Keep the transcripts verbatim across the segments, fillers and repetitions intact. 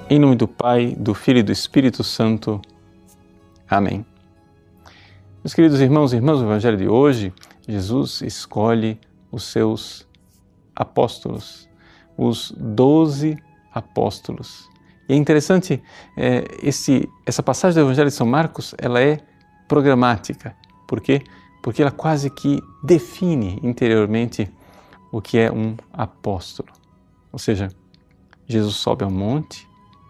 Em nome do Pai, do Filho e do Espírito Santo. Amém. Meus queridos irmãos e irmãs, no Evangelho de hoje, Jesus escolhe os seus apóstolos, os doze apóstolos. E é interessante, é, esse, essa passagem do Evangelho de São Marcos, ela é programática. Por quê? Porque ela quase que define interiormente o que é um apóstolo. Ou seja, Jesus sobe ao monte,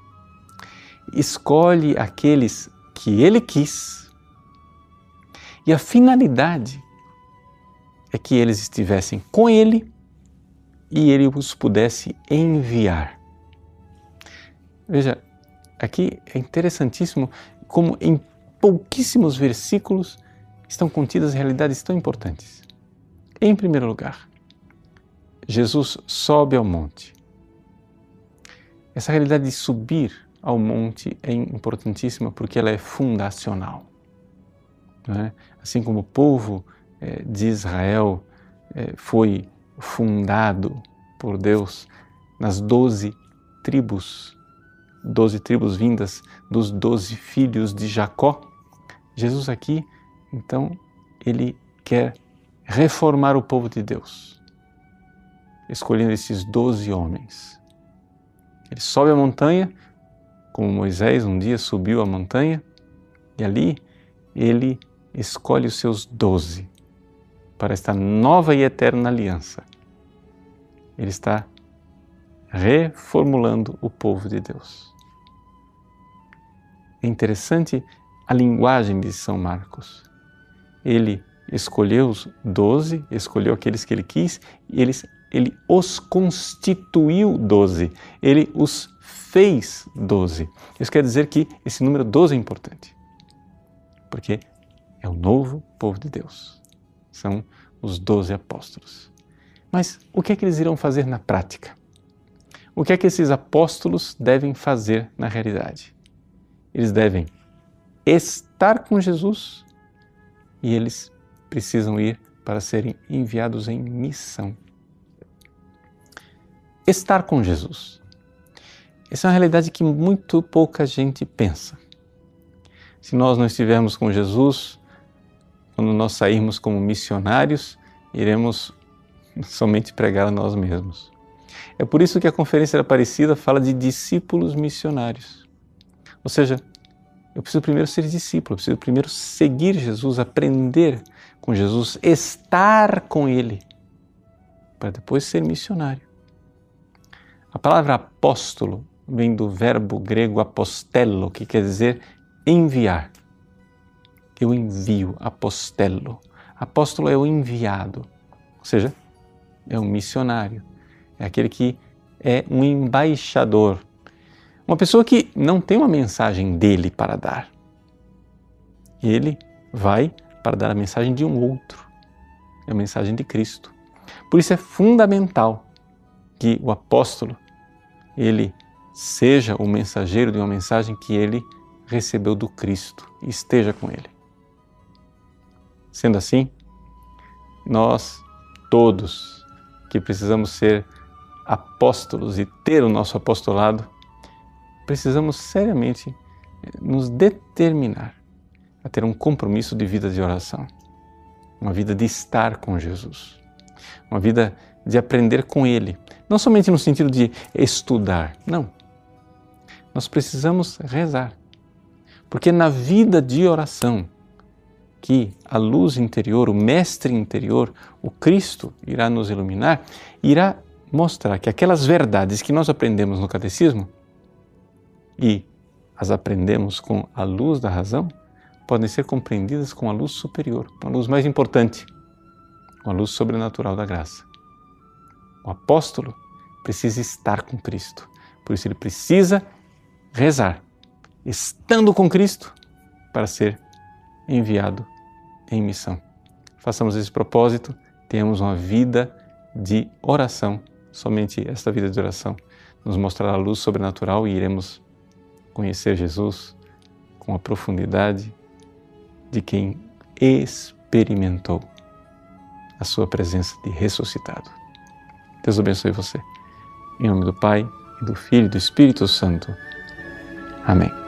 escolhe aqueles que ele quis e a finalidade é que eles estivessem com ele e ele os pudesse enviar. Veja, aqui é interessantíssimo como em pouquíssimos versículos estão contidas realidades tão importantes. Em primeiro lugar, Jesus sobe ao monte. Essa realidade de subir ao monte é importantíssima porque ela é fundacional. Não é? Assim como o povo eh, de Israel eh, foi fundado por Deus nas doze tribos, doze tribos vindas dos doze filhos de Jacó, Jesus aqui, então, ele quer reformar o povo de Deus, escolhendo esses doze homens. Ele sobe a montanha, como Moisés um dia subiu a montanha, e ali ele escolhe os seus doze para esta nova e eterna aliança. Ele está reformulando o povo de Deus. É interessante a linguagem de São Marcos. Ele escolheu os doze, escolheu aqueles que ele quis, e eles, ele os constituiu doze, ele os fez doze. Isso quer dizer que esse número doze é importante, porque é o novo povo de Deus. São os doze apóstolos. Mas o que é que eles irão fazer na prática? O que é que esses apóstolos devem fazer na realidade? Eles devem estar com Jesus e eles precisam ir para serem enviados em missão. Estar com Jesus. Essa é uma realidade que muito pouca gente pensa. Se nós não estivermos com Jesus, quando nós sairmos como missionários, iremos somente pregar a nós mesmos. É por isso que a Conferência da Aparecida fala de discípulos missionários. Ou seja, eu preciso primeiro ser discípulo, eu preciso primeiro seguir Jesus, aprender com Jesus, estar com Ele, para depois ser missionário. A palavra apóstolo vem do verbo grego apostello, que quer dizer enviar. Eu envio, apostello. Apóstolo é o enviado, ou seja, é um missionário, é aquele que é um embaixador. Uma pessoa que não tem uma mensagem dele para dar. Ele vai para dar a mensagem de um outro, é a mensagem de Cristo. Por isso é fundamental que o apóstolo, ele seja o mensageiro de uma mensagem que ele recebeu do Cristo e esteja com ele. Sendo assim, nós todos que precisamos ser apóstolos e ter o nosso apostolado, precisamos seriamente nos determinar a ter um compromisso de vida de oração, uma vida de estar com Jesus, uma vida de aprender com Ele, não somente no sentido de estudar, não. Nós precisamos rezar, porque na vida de oração que a luz interior, o Mestre interior, o Cristo irá nos iluminar, irá mostrar que aquelas verdades que nós aprendemos no catecismo e as aprendemos com a luz da razão, podem ser compreendidas com a luz superior, com a luz mais importante, com a luz sobrenatural da graça. O apóstolo precisa estar com Cristo, por isso ele precisa rezar, estando com Cristo, para ser enviado em missão. Façamos esse propósito, tenhamos uma vida de oração, somente esta vida de oração nos mostrará a luz sobrenatural e iremos conhecer Jesus com a profundidade de quem experimentou a sua presença de ressuscitado. Deus abençoe você. Em nome do Pai, e do Filho e do Espírito Santo. Amém.